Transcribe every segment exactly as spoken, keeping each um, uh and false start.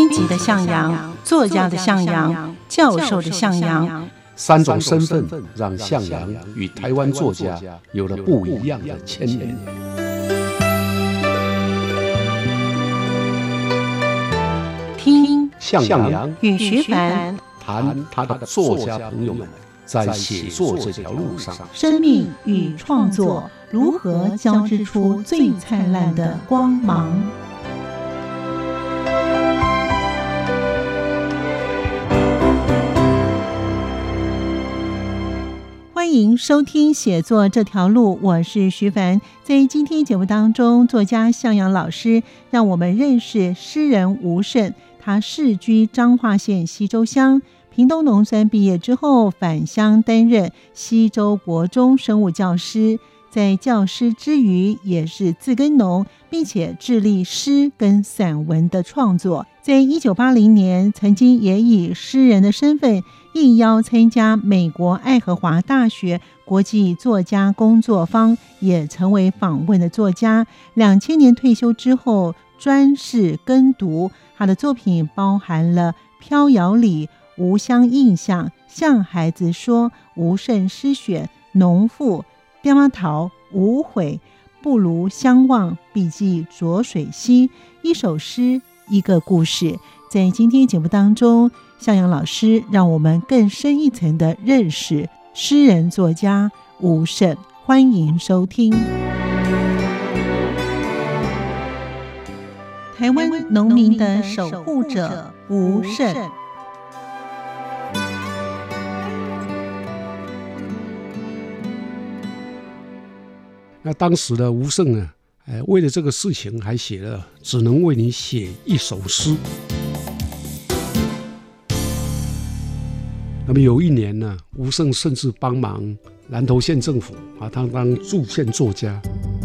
编辑的向阳，作家的向阳，教授的向阳， 三种身份让向阳与台湾作家有了不一样的牵连。 听向阳与徐凡谈他的作家朋友们在写作这条路上， 生命与创作如何交织出最灿烂的光芒。欢迎收听写作这条路，我是徐凡。在今天节目当中，作家向阳老师让我们认识诗人吴胜。他世居彰化县溪州乡，屏东农专毕业之后返乡担任溪州国中生物教师，在教师之余也是自耕农，并且致力诗跟散文的创作。在一九八零年曾经也以诗人的身份应邀参加美国爱荷华大学国际作家工作坊，也成为访问的作家。两千年退休之后专事耕读，他的作品包含了飘摇里、无乡印象、向孩子说、吴胜诗选、农妇、刁妈桃、无悔、不如相望、笔记浊水溪，一首诗一个故事。在今天节目当中，向阳老师让我们更深一层的认识诗人作家吴胜，欢迎收听。台湾农民的守护者吴胜。 那当时的吴胜呢，呃，为了这个事情还写了只能为你写一首诗。那么有一年呢，吴胜甚至帮忙南投县政府啊，他当驻县作家。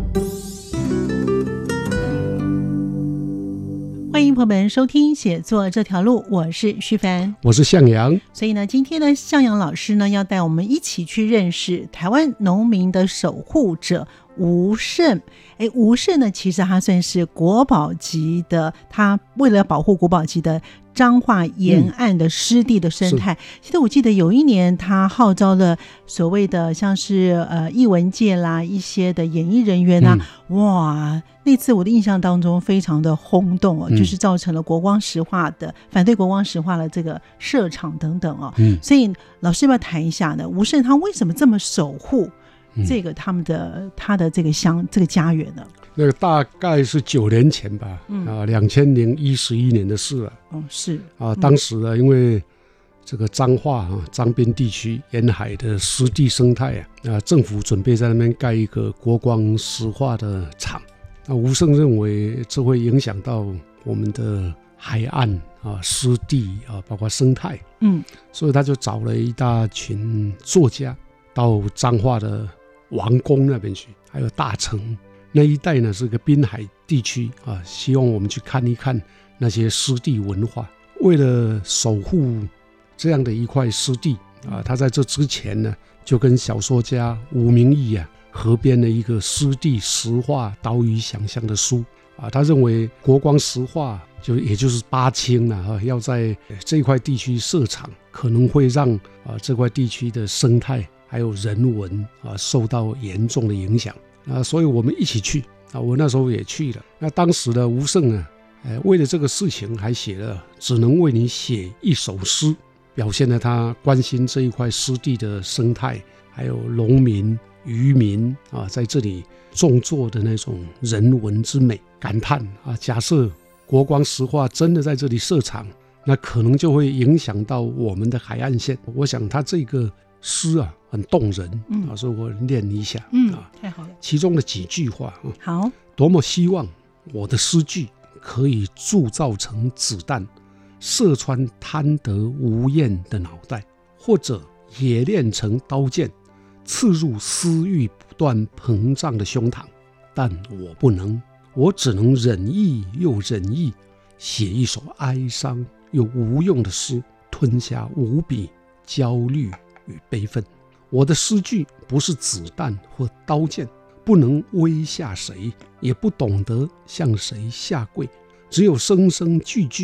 欢迎朋友们收听写作这条路，我是徐凡， 我是向阳。 所以呢，今天呢，向阳老师呢要带我们一起去认识台湾农民的守护者吴胜。哎，吴胜呢，其实他算是国宝级的，他为了保护国宝级的彰化沿岸的湿地的生态，嗯、其实我记得有一年他号召了所谓的像是呃艺文界啦一些的演艺人员啊、嗯、哇，那次我的印象当中非常的轰动哦、嗯、就是造成了国光石化的反对国光石化的这个设厂等等哦、嗯、所以老师要不要谈一下呢？吴胜他为什么这么守护这个他们的他的这个乡这个家园呢？ 那个大概是九年前吧，嗯、啊，两千零一十一年的事了。 哦，是啊，当时呢，因为这个彰化啊、彰滨地区沿海的湿地生态啊，啊，政府准备在那边盖一个国光石化的厂。那吴胜认为这会影响到我们的海岸啊、湿地啊，包括生态，嗯，所以他就找了一大群作家到彰化的王宫那边去，还有大城。那一带呢是个滨海地区啊，希望我们去看一看那些湿地文化。为了守护这样的一块湿地啊，他在这之前呢就跟小说家吴明义啊合编了一个湿地石化岛屿想象的书啊。他认为国光石化就也就是八轻啊，要在这块地区设厂，可能会让啊这块地区的生态还有人文啊受到严重的影响。啊，所以我们一起去啊！我那时候也去了。那当时的吴胜呢，呃，为了这个事情还写了只能为你写一首诗，表现了他关心这一块湿地的生态，还有农民、渔民啊，在这里种作的那种人文之美，感叹啊，假设国光石化真的在这里设厂，那可能就会影响到我们的海岸线。我想他这个诗啊很动人、嗯、啊，所以我念一下， 嗯啊，太好了。 其中的几句话啊， 好， 多么希望我的诗句可以铸造成子弹，射穿贪得无厌的脑袋，或者冶炼成刀剑，刺入私欲不断膨胀的胸膛。但我不能，我只能忍意又忍意，写一首哀伤又无用的诗，吞下无比焦虑与悲愤。我的诗句不是子弹或刀剑，不能威吓谁，也不懂得向谁下跪，只有声声句句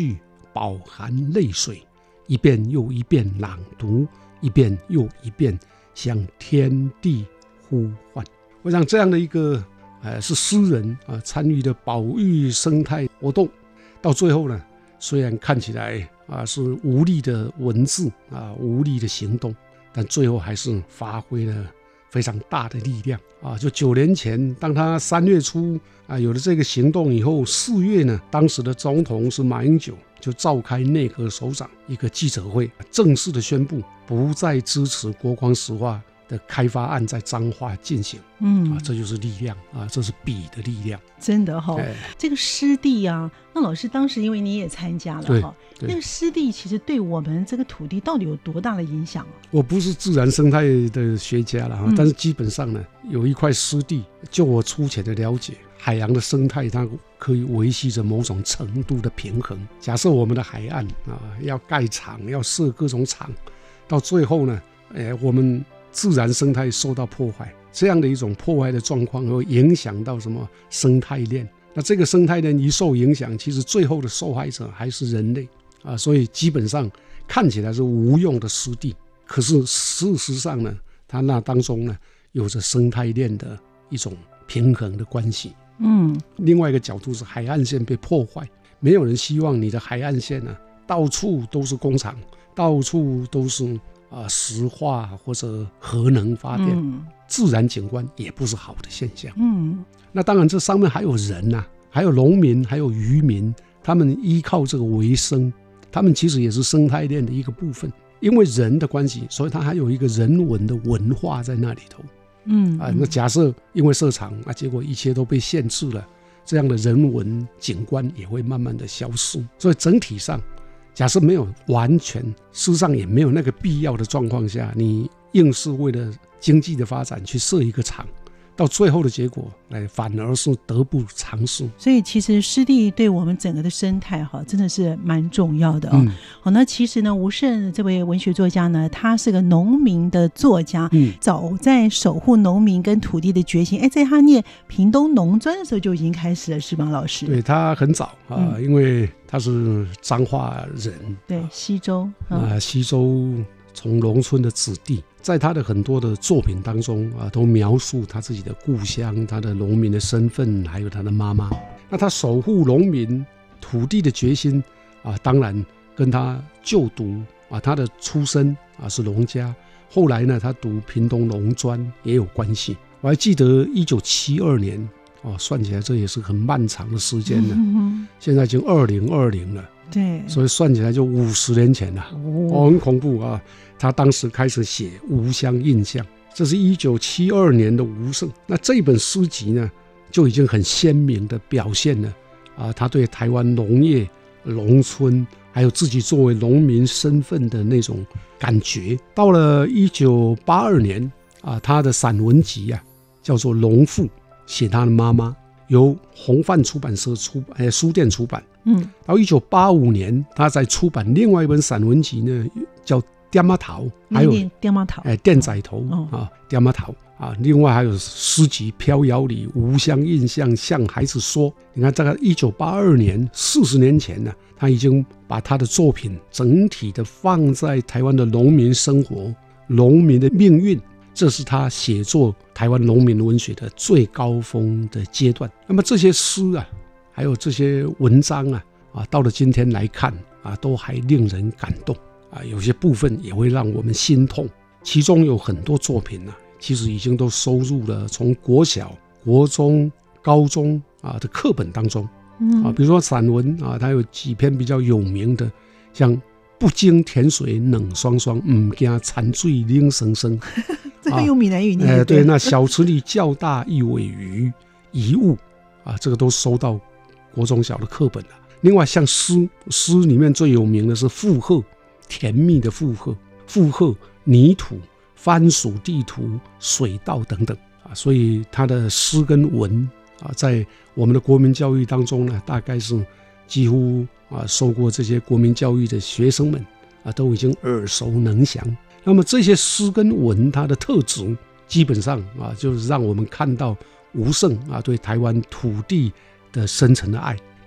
饱含泪水，一遍又一遍朗读，一遍又一遍向天地呼唤。我想这样的一个呃是诗人啊参与的保育生态活动，到最后呢，虽然看起来啊是无力的文字啊无力的行动，但最后还是发挥了非常大的力量啊！就九年前，当他三月初啊有了这个行动以后，四月呢，当时的总统是马英九，就召开内阁首长一个记者会，正式的宣布不再支持国光石化的开发案在彰化进行。嗯啊，这就是力量啊，这是笔的力量， 真的哈、哦。这个湿地啊，那老师当时因为你也参加了哈，那个湿地其实对我们这个土地到底有多大的影响啊？ 我不是自然生态的学家了、嗯、但是基本上呢，有一块湿地，就我粗浅的了解，海洋的生态它可以维系着某种程度的平衡。假设我们的海岸啊要盖厂，要设各种厂，到最后呢，哎，我们自然生态受到破坏，这样的一种破坏的状况会影响到什么生态链？那这个生态链一受影响，其实最后的受害者还是人类啊。所以基本上看起来是无用的湿地，可是事实上呢，它那当中呢有着生态链的一种平衡的关系。嗯，另外一个角度是海岸线被破坏，没有人希望你的海岸线呢到处都是工厂，到处都是啊、呃，石化或者核能发电、嗯，自然景观也不是好的现象。嗯，那当然这上面还有人呐、啊，还有农民，还有渔民，他们依靠这个为生，他们其实也是生态链的一个部分。因为人的关系，所以它还有一个人文的文化在那里头。嗯啊，那假设因为设厂啊，结果一切都被限制了，这样的人文景观也会慢慢的消失。所以整体上，假设没有完全，事实上也没有那个必要的状况下，你硬是为了经济的发展去设一个厂，到最后的结果，哎，反而是得不偿失。 所以其实湿地对我们整个的生态哈，真的是蛮重要的哦。嗯、好，那其实呢，吴胜这位文学作家呢，他是个农民的作家，嗯，早在守护农民跟土地的决心，哎，在他念屏东农专的时候就已经开始了，是吗，老师？ 对，他很早啊、嗯，因为他是彰化人， 对，溪州啊、呃，溪州从农村的子弟。在他的很多的作品当中啊，都描述他自己的故乡，他的农民的身份，还有他的妈妈。那他守护农民土地的决心啊，当然跟他就读啊，他的出身啊是农家，后来呢，他读屏东农专也有关系。我还记得一九七二年哦，算起来这也是很漫长的时间了。嗯、现在已经二零二零了。 对， 所以算起来就五十年前了，哦，很恐怖啊！他当时开始写《吴乡印象》，这是一九七二年的吴胜。那这本诗集呢，就已经很鲜明的表现了啊，他对台湾农业、农村，还有自己作为农民身份的那种感觉。到了一九八二年啊，他的散文集啊，叫做《农妇》，写他的妈妈。由红范出版社出版，哎，书店出版。嗯，到一九八五年，他在出版另外一本散文集呢，叫《点仔头》，还有《 点仔头》， 哎，电仔头、哦、啊，《点仔头》啊，另外还有诗集《飘摇里》《无乡印象》向孩子说。你看，这个一九八二年，四十年前呢，他已经把他的作品整体的放在台湾的农民生活、农民的命运。这是他写作台湾农民文学的最高峰的阶段。那么这些诗啊，还有这些文章啊，啊，到了今天来看啊，都还令人感动啊，有些部分也会让我们心痛。其中有很多作品呢、啊，其实已经都收入了从国小、国中、高中啊的课本当中。啊，比如说散文啊，它有几篇比较有名的，像不经甜水冷霜霜，不惊残水冷生生。 这个用闽南语念、 啊呃、对，那小池里较大一尾鱼，遗物啊，这个都收到国中小的课本了。另外，像诗，诗里面最有名的是附和，甜蜜的附和，附和泥土、番薯地图、水稻等等啊，所以他的诗跟文啊，在我们的国民教育当中呢，大概是几乎啊受过这些国民教育的学生们啊，都已经耳熟能详。那么这些诗跟文它的特质，基本上啊，就是让我们看到吴胜啊对台湾土地的深沉的爱，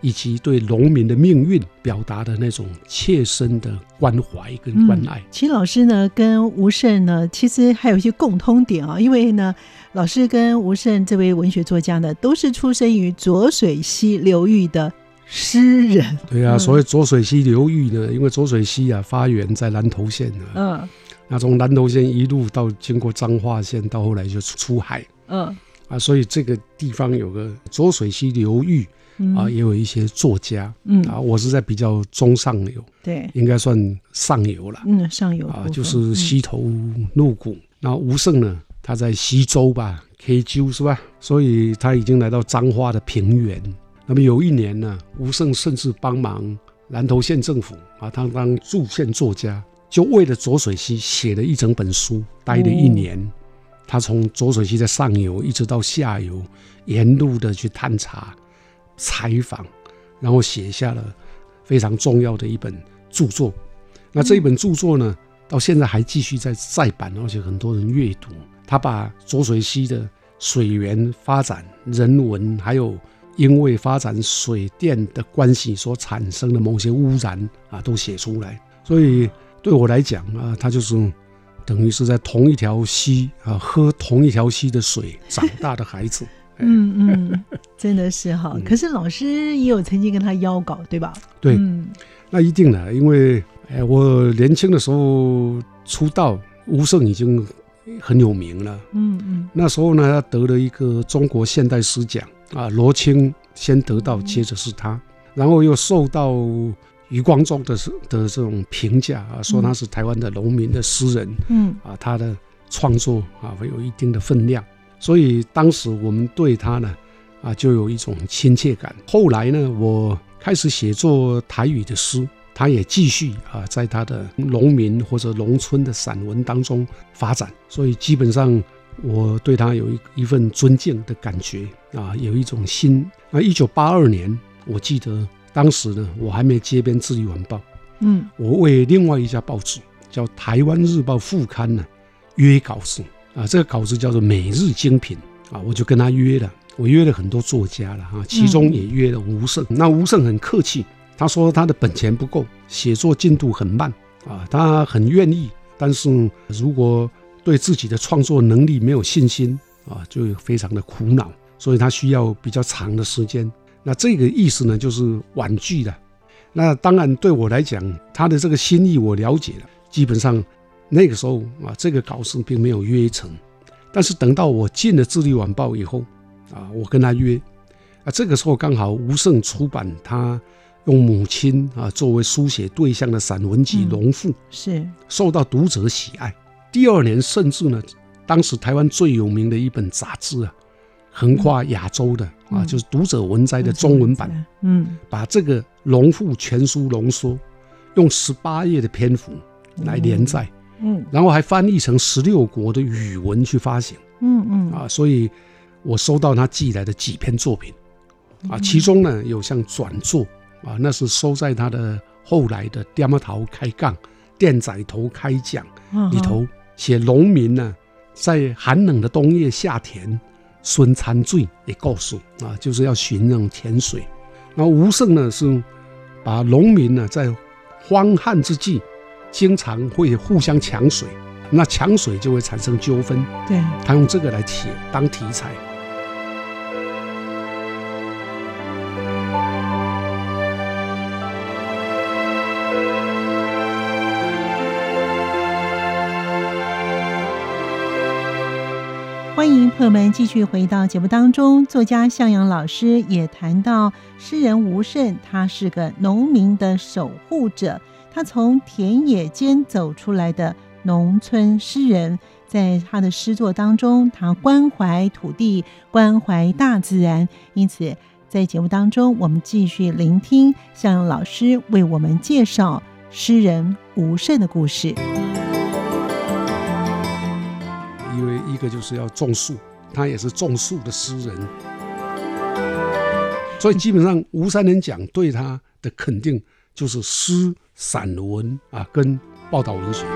以及对农民的命运表达的那种切身的关怀跟关爱。 嗯、其实老师呢跟吴胜呢其实还有一些共通点啊，因为呢老师跟吴胜这位文学作家呢都是出生于浊水溪流域的诗人。 对啊，所谓浊水溪流域呢，因为浊水溪啊发源在南投县啊，嗯，那从南投县一路到经过彰化县，到后来就出海，嗯，啊，所以这个地方有个浊水溪流域。嗯、啊，也有一些作家，嗯啊，我是在比较中上游，对，应该算上游了，嗯，上游啊，就是溪头鹿谷。那、嗯、吴胜呢，他在溪州吧 ，K 州是吧？所以他已经来到彰化的平原。那么有一年呢，吴胜甚至帮忙南投县政府啊，他当驻县作家，就为了浊水溪写了一整本书，待了一年。哦、他从浊水溪的上游一直到下游，沿路的去探查。采访，然后写下了非常重要的一本著作。那这一本著作呢，到现在还继续在再版，而且很多人阅读。他把浊水溪的水源发展、人文，还有因为发展水电的关系所产生的某些污染啊，都写出来。所以对我来讲啊，他就是等于是在同一条溪啊，喝同一条溪的水长大的孩子。 嗯嗯，真的是哈。可是老师也有曾经跟他邀稿，对吧？ 对，嗯、那一定的，因为、哎、我年轻的时候出道，吴胜已经很有名了。嗯嗯，那时候呢，他得了一个中国现代诗奖啊，罗青先得到，接着是他，然后又受到余光中的的这种评价啊，说他是台湾的农民的诗人。嗯啊，他的创作啊会有一定的分量。所以当时我们对他呢，啊，就有一种亲切感。后来呢，我开始写作台语的诗，他也继续啊，在他的农民或者农村的散文当中发展。所以基本上我对他有 一, 一份尊敬的感觉啊，有一种心。那一九八二年，我记得当时呢，我还没接编《智利晚报》，嗯，我为另外一家报纸叫《台湾日报》副刊呢约稿子。啊，这个稿子叫做每日精品啊，我就跟他约了，我约了很多作家了啊，其中也约了吴胜。嗯、那吴胜很客气，他说他的本钱不够，写作进度很慢啊，他很愿意，但是如果对自己的创作能力没有信心啊，就非常的苦恼，所以他需要比较长的时间。那这个意思呢，就是婉拒了。那当然对我来讲，他的这个心意我了解了，基本上。那个时候啊，这个稿子并没有约成，但是等到我进了《智利晚报》以后啊，我跟他约啊，这个时候刚好吴胜出版他用母亲啊作为书写对象的散文集《农妇》，是受到读者喜爱。第二年甚至呢，当时台湾最有名的一本杂志啊，横跨亚洲的啊，嗯、就是《读者文摘》的中文版，嗯，把这个《农妇》全书浓缩，用十八页的篇幅来连载。嗯嗯，然后还翻译成十六国的语文去发行，嗯嗯啊，所以我收到他寄来的几篇作品，啊，其中呢有像转作啊，那是收在他的后来的《电毛头开杠》《电仔头开讲》里头，写农民呢在寒冷的冬夜下田孙餐醉的故事啊，就是要寻那种甜水。然后吴胜呢是把农民呢在荒旱之际。经常会互相抢水，那抢水就会产生纠纷。对，他用这个来写当题材。 欢迎朋友们继续回到节目当中，作家向阳老师也谈到诗人吴胜，他是个农民的守护者。他从田野间走出来的农村诗人，在他的诗作当中，他关怀土地，关怀大自然。因此在节目当中，我们继续聆听向阳老师为我们介绍诗人吴胜的故事。 因为一个就是要种树，他也是种树的诗人，所以基本上吴三连奖对他的肯定就是诗、散文啊，跟报道文学。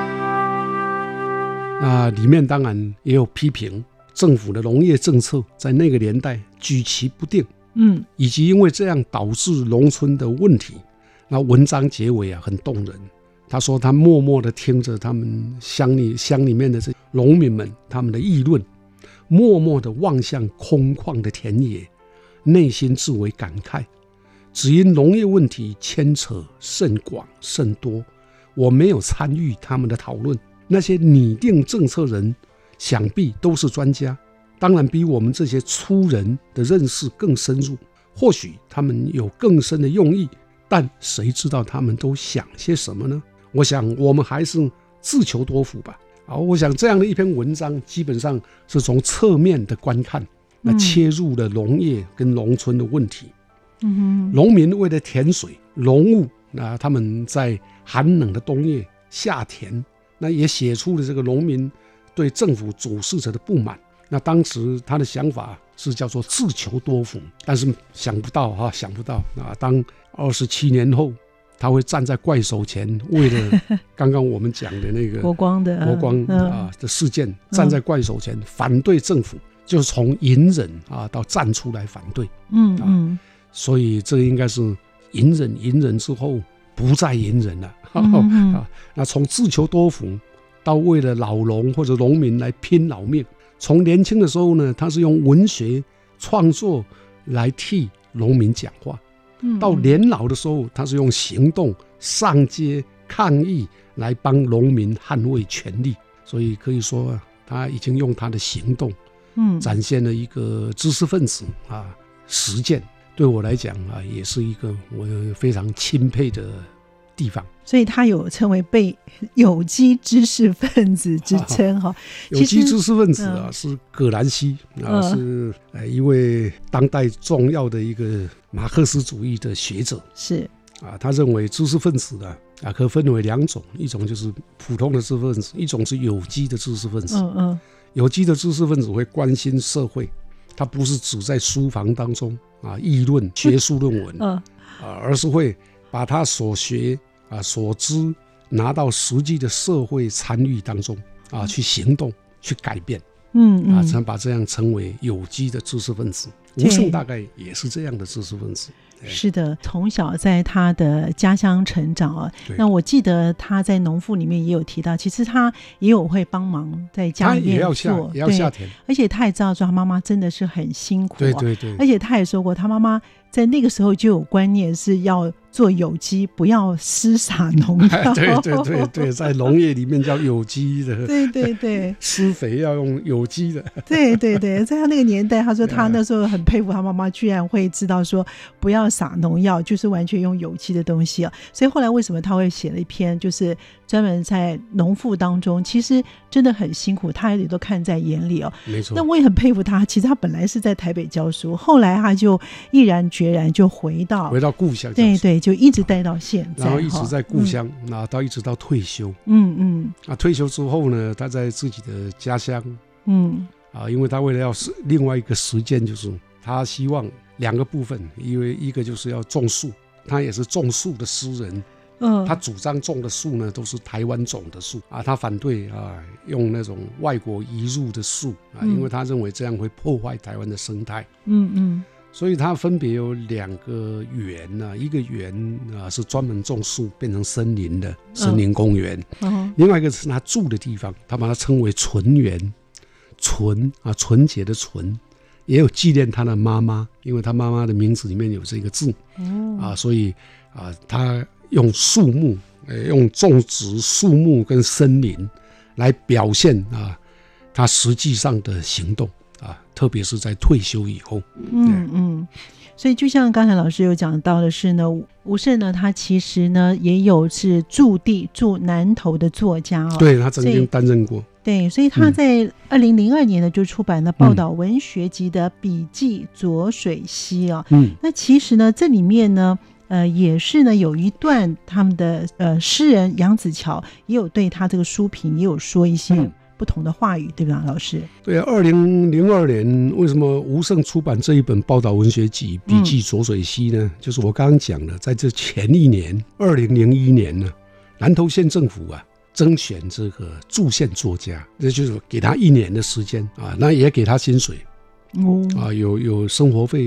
那里面当然也有批评政府的农业政策在那个年代举棋不定嗯， 以及因为这样导致农村的问题。那文章结尾啊很动人，他说他默默地听着他们乡里乡里面的这农民们他们的议论，默默地望向空旷的田野，内心自为感慨。只因农业问题牵扯甚广甚多，我没有参与他们的讨论。那些拟定政策人想必都是专家，当然比我们这些粗人的认识更深入，或许他们有更深的用意，但谁知道他们都想些什么呢？我想我们还是自求多福吧。好，我想这样的一篇文章基本上是从侧面的观看，那切入了农业跟农村的问题。嗯，农民为了田水农务，那他们在寒冷的冬夜下田，那也写出了这个农民对政府主事者的不满。那当时他的想法是叫做自求多福，但是想不到哈，想不到啊，当二十七年后，他会站在怪手前，为了刚刚我们讲的那个国光的国光啊的事件，站在怪手前反对政府，就從隐忍啊到站出来反对。嗯嗯，所以这应该是隐忍，隐忍之后不再隐忍了。嗯啊，那从自求多福到为了老农或者农民来拼老命。从年轻的时候呢，他是用文学创作来替农民讲话，到年老的时候，他是用行动上街抗议来帮农民捍卫权利。所以可以说，他已经用他的行动，嗯，展现了一个知识分子啊实践。对我来讲啊，也是一个我非常钦佩的地方。 所以他有称为被有机知识分子之称哈、啊。 有机知识分子啊，是葛兰西啊，是一位当代重要的一个马克思主义的学者。 是啊，他认为知识分子啊啊可分为两种，一种就是普通的知识分子，一种是有机的知识分子。嗯嗯，有机的知识分子会关心社会，他不是只在书房当中啊议论学术论文，嗯啊，而是会把他所学啊所知拿到实际的社会参与当中啊去行动去改变。嗯嗯，啊，才把这样称为有机的知识分子。吴胜大概也是这样的知识分子。 是的，从小在他的家乡成长啊。那我记得他在农妇里面也有提到，其实他也有会帮忙在家里面做， 他也要下也要下田， 而且他也知道说他妈妈真的是很辛苦、啊。 对对对， 而且他也说过，他妈妈在那个时候就有观念是要做有机，不要施洒农药。 对对对对，在农业里面叫有机的。 对对对， 施肥要用有机的。 对对对，在他那个年代，他说他那时候很佩服他妈妈，居然会知道说不要撒农药，就是完全用有机的东西啊。所以后来为什么他会写了一篇，就是专门在农妇当中，其实真的很辛苦，他也都看在眼里哦。 没错。 那我也很佩服他，其实他本来是在台北教书，后来他就毅然决然就回到回到故乡， 对对，就一直待到现在， 然后一直在故乡，那、嗯、到一直到退休。 嗯嗯。 啊，退休之后呢，他在自己的家乡，嗯啊，因为他为了要另外一个实践，就是他希望两个部分，因为一个就是要种树，他也是种树的诗人。嗯，他主张种的树呢都是台湾种的树啊，他反对啊用那种外国移入的树啊，因为他认为这样会破坏台湾的生态。嗯嗯，所以他分别有两个园啊，一个园啊是专门种树变成森林的森林公园，嗯，另外一个是他住的地方，他把它称为纯园，纯啊纯洁的纯，也有纪念他的妈妈，因为他妈妈的名字里面有这个字，哦，啊，所以啊他用树木，用种植树木跟森林来表现啊，他实际上的行动啊，特别是在退休以后。 嗯嗯，所以就像刚才老师有讲到的是呢，吴胜呢，他其实呢也有是驻地驻南投的作家哦， 对，他曾经担任过。 对，所以他在二零零二年呢就出版了报道文学集的笔记《浊水溪》啊。嗯，那其实呢这里面呢。呃，也是呢，有一段他们的呃诗人杨子乔也有对他这个书评也有说一些不同的话语，嗯、对吧，老师？ 对啊，二零零二年为什么吴胜出版这一本报道文学集《笔记浊水溪》呢？嗯、就是我刚刚讲的，在这前一年，二零零一年呢，南投县政府啊征选这个驻县作家，这就是给他一年的时间啊，那也给他薪水，哦啊，有有生活费用。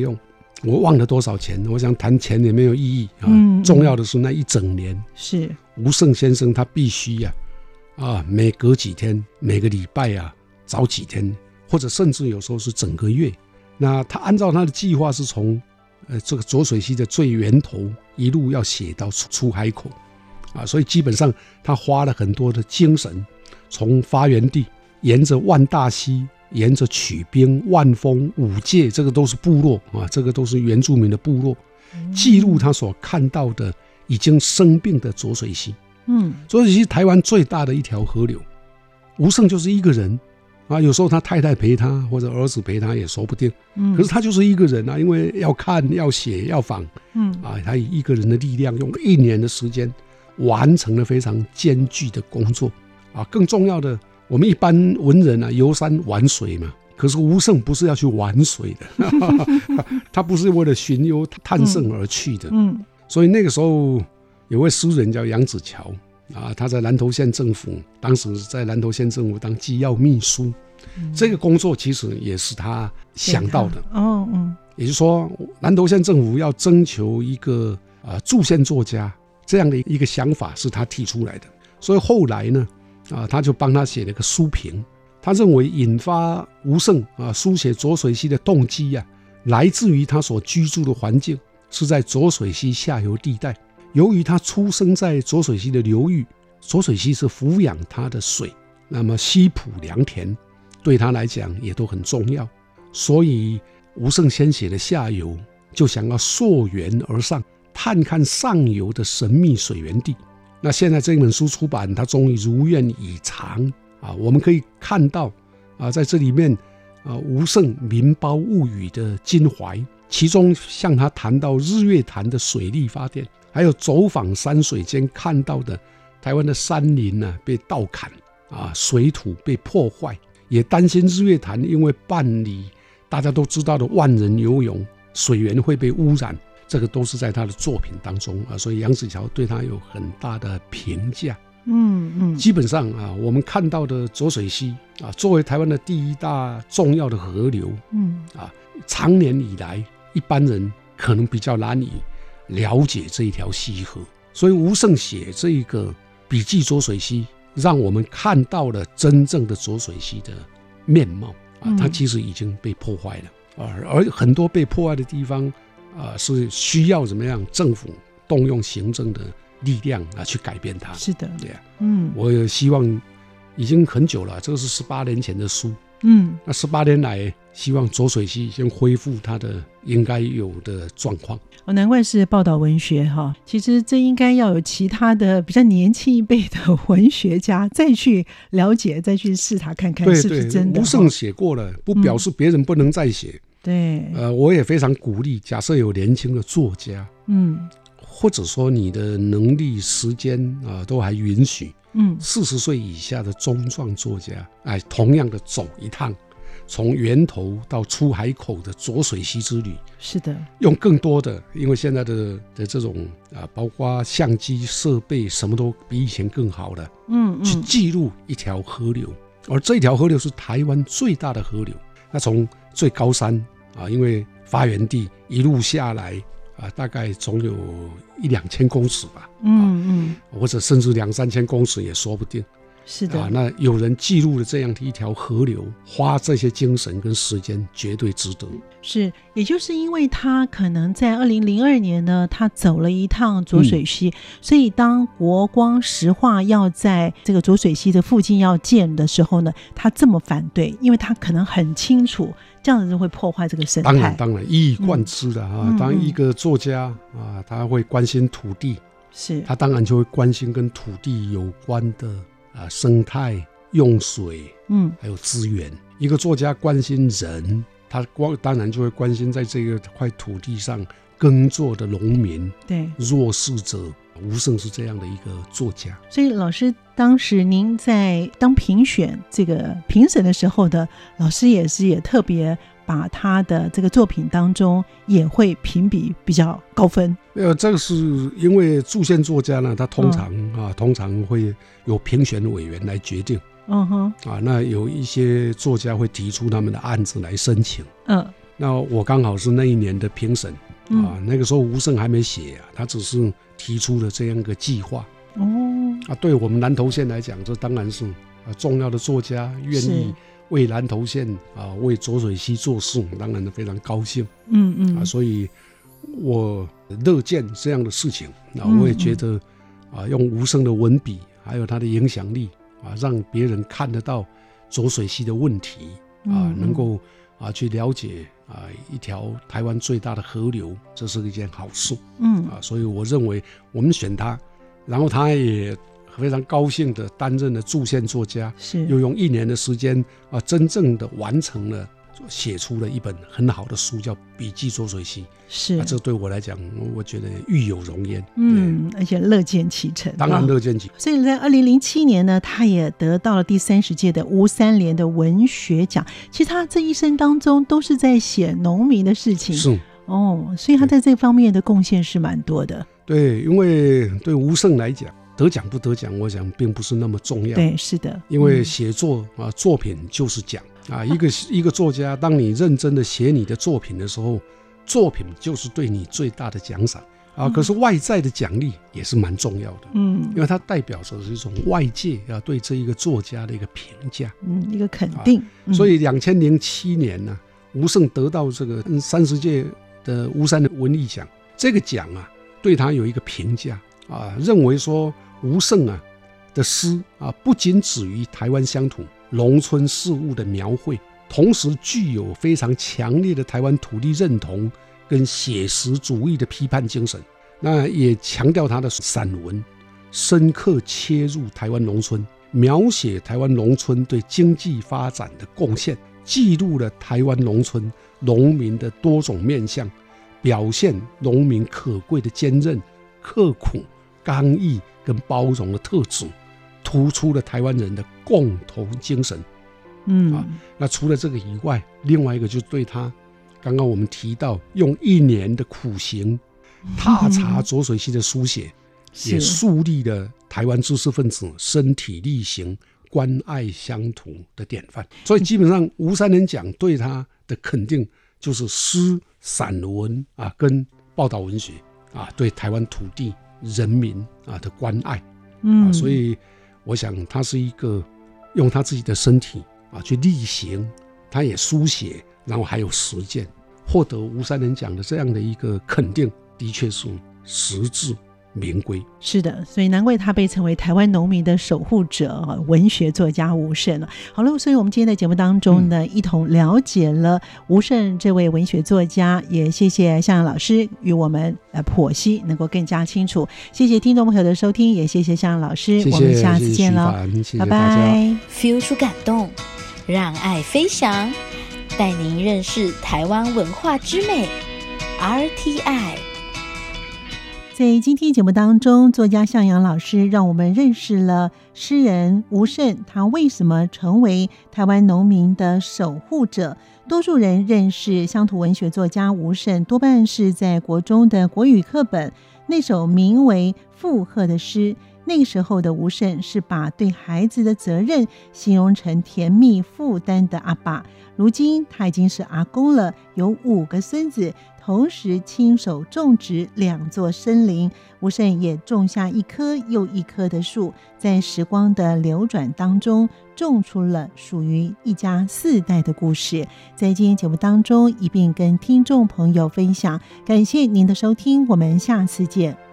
我忘了多少钱，我想谈钱也没有意义啊。嗯嗯重要的是那一整年， 是吴胜先生他必须呀、啊，啊，每隔几天，每个礼拜啊，早几天，或者甚至有时候是整个月。那他按照他的计划是从呃这个浊水溪的最源头一路要写到出出海口啊，所以基本上他花了很多的精神，从发源地沿着万大溪。沿着曲滨、万丰、五界，这个都是部落啊，这个都是原住民的部落，记录他所看到的已经生病的浊水溪。嗯，浊水溪台湾最大的一条河流，吴胜就是一个人啊，有时候他太太陪他，或者儿子陪他也说不定。嗯，可是他就是一个人啊，因为要看、要写、要访，嗯啊，他以一个人的力量，用一年的时间完成了非常艰巨的工作啊。更重要的。我们一般文人啊，游山玩水嘛，可是吴胜不是要去玩水的，他不是为了寻幽探胜而去的。嗯，嗯所以那个时候有位诗人叫杨子乔啊，他在南投县政府，当时在南投县政府当机要秘书，嗯、这个工作其实也是他想到的。哦，嗯，也就是说，南投县政府要征求一个啊驻县作家这样的一个想法是他提出来的，所以后来呢。啊，他就帮他写了个书评。他认为引发吴胜啊书写浊水溪的动机啊，来自于他所居住的环境是在浊水溪下游地带。由于他出生在浊水溪的流域，浊水溪是抚养他的水，那么溪浦良田对他来讲也都很重要。所以吴胜先写的下游，就想要溯源而上，探看上游的神秘水源地。那现在这本书出版，他终于如愿以偿啊！我们可以看到啊，在这里面啊，吴胜民胞物语的襟怀，其中向他谈到日月潭的水力发电，还有走访山水间看到的台湾的山林呢、啊、被盗砍啊，水土被破坏，也担心日月潭因为办理大家都知道的万人游泳，水源会被污染。这个都是在他的作品当中啊，所以杨子乔对他有很大的评价。嗯嗯，基本上啊，我们看到的浊水溪啊，作为台湾的第一大重要的河流，嗯啊，长年以来一般人可能比较难以了解这一条溪河，所以吴胜写这一个笔记浊水溪，让我们看到了真正的浊水溪的面貌啊，它其实已经被破坏了啊，而很多被破坏的地方。啊、呃，是需要怎么样？政府动用行政的力量啊，去改变它。 是的， 对啊，嗯，我也希望已经很久了，这个是十八年前的书， 嗯， 那十八年来，希望浊水溪先恢复它的应该有的状况。 哦，难怪是报道文学哈，其实这应该要有其他的比较年轻一辈的文学家再去了解，再去试它看看是不是真的。 吴胜写过了，不表示别人不能再写。嗯对， 呃，我也非常鼓励。假设有年轻的作家，嗯，或者说你的能力、时间啊、呃、都还允许，嗯，四十岁以下的中壮作家，哎，同样的走一趟从源头到出海口的浊水溪之旅。 是的， 用更多的，因为现在的的这种啊、呃，包括相机设备，什么都比以前更好了，嗯，嗯去记录一条河流，而这条河流是台湾最大的河流。那从最高山啊，因为发源地一路下来啊，大概总有一两千公尺吧，嗯嗯，或者甚至两三千公尺也说不定。 是的啊，那有人记录了这样的一条河流，花这些精神跟时间绝对值得。 是，也就是因为他可能在二零零二年呢，他走了一趟浊水溪，嗯、所以当国光石化要在这个浊水溪的附近要建的时候呢，他这么反对，因为他可能很清楚这样子会破坏这个生态。 当然，当然一以贯之的啊、嗯。当一个作家啊，他会关心土地， 是他当然就会关心跟土地有关的。啊，生态、用水，嗯，还有资源。一个作家关心人，他光当然就会关心在这个块土地上耕作的农民， 对弱势者。吴胜是这样的一个作家。 所以老师当时您在当评选这个评审的时候的老师也是也特别把他的这个作品当中也会评比比较高分。 呃，这个是因为驻县作家呢，他通常、嗯、啊，通常会有评选委员来决定。嗯哼，啊，那有一些作家会提出他们的案子来申请。嗯， 那我刚好是那一年的评审、嗯、啊，那个时候吴胜还没写啊，他只是提出了这样一个计划。哦，啊，对我们南投县来讲，这当然是啊重要的作家愿意为南投县啊为浊水溪做事，当然非常高兴。嗯嗯，啊，所以我乐见这样的事情。啊，我也觉得啊，用吴胜的文笔还有他的影响力啊，让别人看得到浊水溪的问题啊，能够啊去了解啊一条台湾最大的河流，这是一件好事。嗯，啊，所以我认为我们选他。然后他也非常高兴的担任了驻县作家，是又用一年的时间啊，真正的完成了写出了一本很好的书，叫《笔记浊水溪》。是、啊，这对我来讲，我觉得育有荣焉。 嗯，而且乐见其成。 当然乐见其成。 所以在二零零七年呢，他也得到了第三十届的吴三连的文学奖。其实他这一生当中都是在写农民的事情。是哦，所以他在这方面的贡献是蛮多的。 对，因为对吴胜来讲，得奖不得奖，我想并不是那么重要。 对，是的， 因为写作、嗯、啊，作品就是奖啊。一个一个作家，当你认真的写你的作品的时候，作品就是对你最大的奖赏啊。嗯、可是外在的奖励也是蛮重要的，嗯，因为它代表着是一种外界啊对这一个作家的一个评价， 嗯，一个肯定。 啊、所以两千零七年呢、啊，吴胜得到这个三十届的吴三连文艺奖，这个奖啊。对他有一个评价啊，认为说吴胜啊的诗啊，不仅止于台湾乡土农村事物的描绘，同时具有非常强烈的台湾土地认同跟写实主义的批判精神。那也强调他的散文深刻切入台湾农村，描写台湾农村对经济发展的贡献，记录了台湾农村农民的多种面向，表现农民可贵的坚韧、刻苦、刚毅跟包容的特质，突出了台湾人的共同精神。嗯啊，那除了这个以外，另外一个就是对他，刚刚我们提到用一年的苦行踏查浊水溪的书写，嗯、也树立了台湾知识分子身体力行、关爱乡土的典范。所以基本上吴三连奖对他的肯定就是诗、散文啊，跟报道文学啊，对台湾土地人民啊的关爱。嗯、啊，所以我想他是一个用他自己的身体啊去力行，他也书写，然后还有实践，获得吴三连奖的这样的一个肯定，的确是实至名归。 是的，所以难怪他被称为台湾农民的守护者，文学作家吴胜。好了，所以我们今天的节目当中呢、嗯、一同了解了吴胜这位文学作家，也谢谢向阳老师与我们呃剖析能够更加清楚。谢谢听众朋友的收听，也谢谢向阳老师， 谢谢， 我们下次见了，拜拜。 Feel 出感动，让爱飞翔，带您认识台湾文化之美 R T I。 在今天节目当中，作家向阳老师让我们认识了诗人吴胜，他为什么成为台湾农民的守护者。多数人认识乡土文学作家吴胜，多半是在国中的国语课本那首名为《负荷》的诗。那个时候的吴胜是把对孩子的责任形容成甜蜜负担的阿爸，如今他已经是阿公了，有五个孙子，同时亲手种植两座森林。吴胜也种下一棵又一棵的树，在时光的流转当中种出了属于一家四代的故事。在今天节目当中一并跟听众朋友分享，感谢您的收听，我们下次见。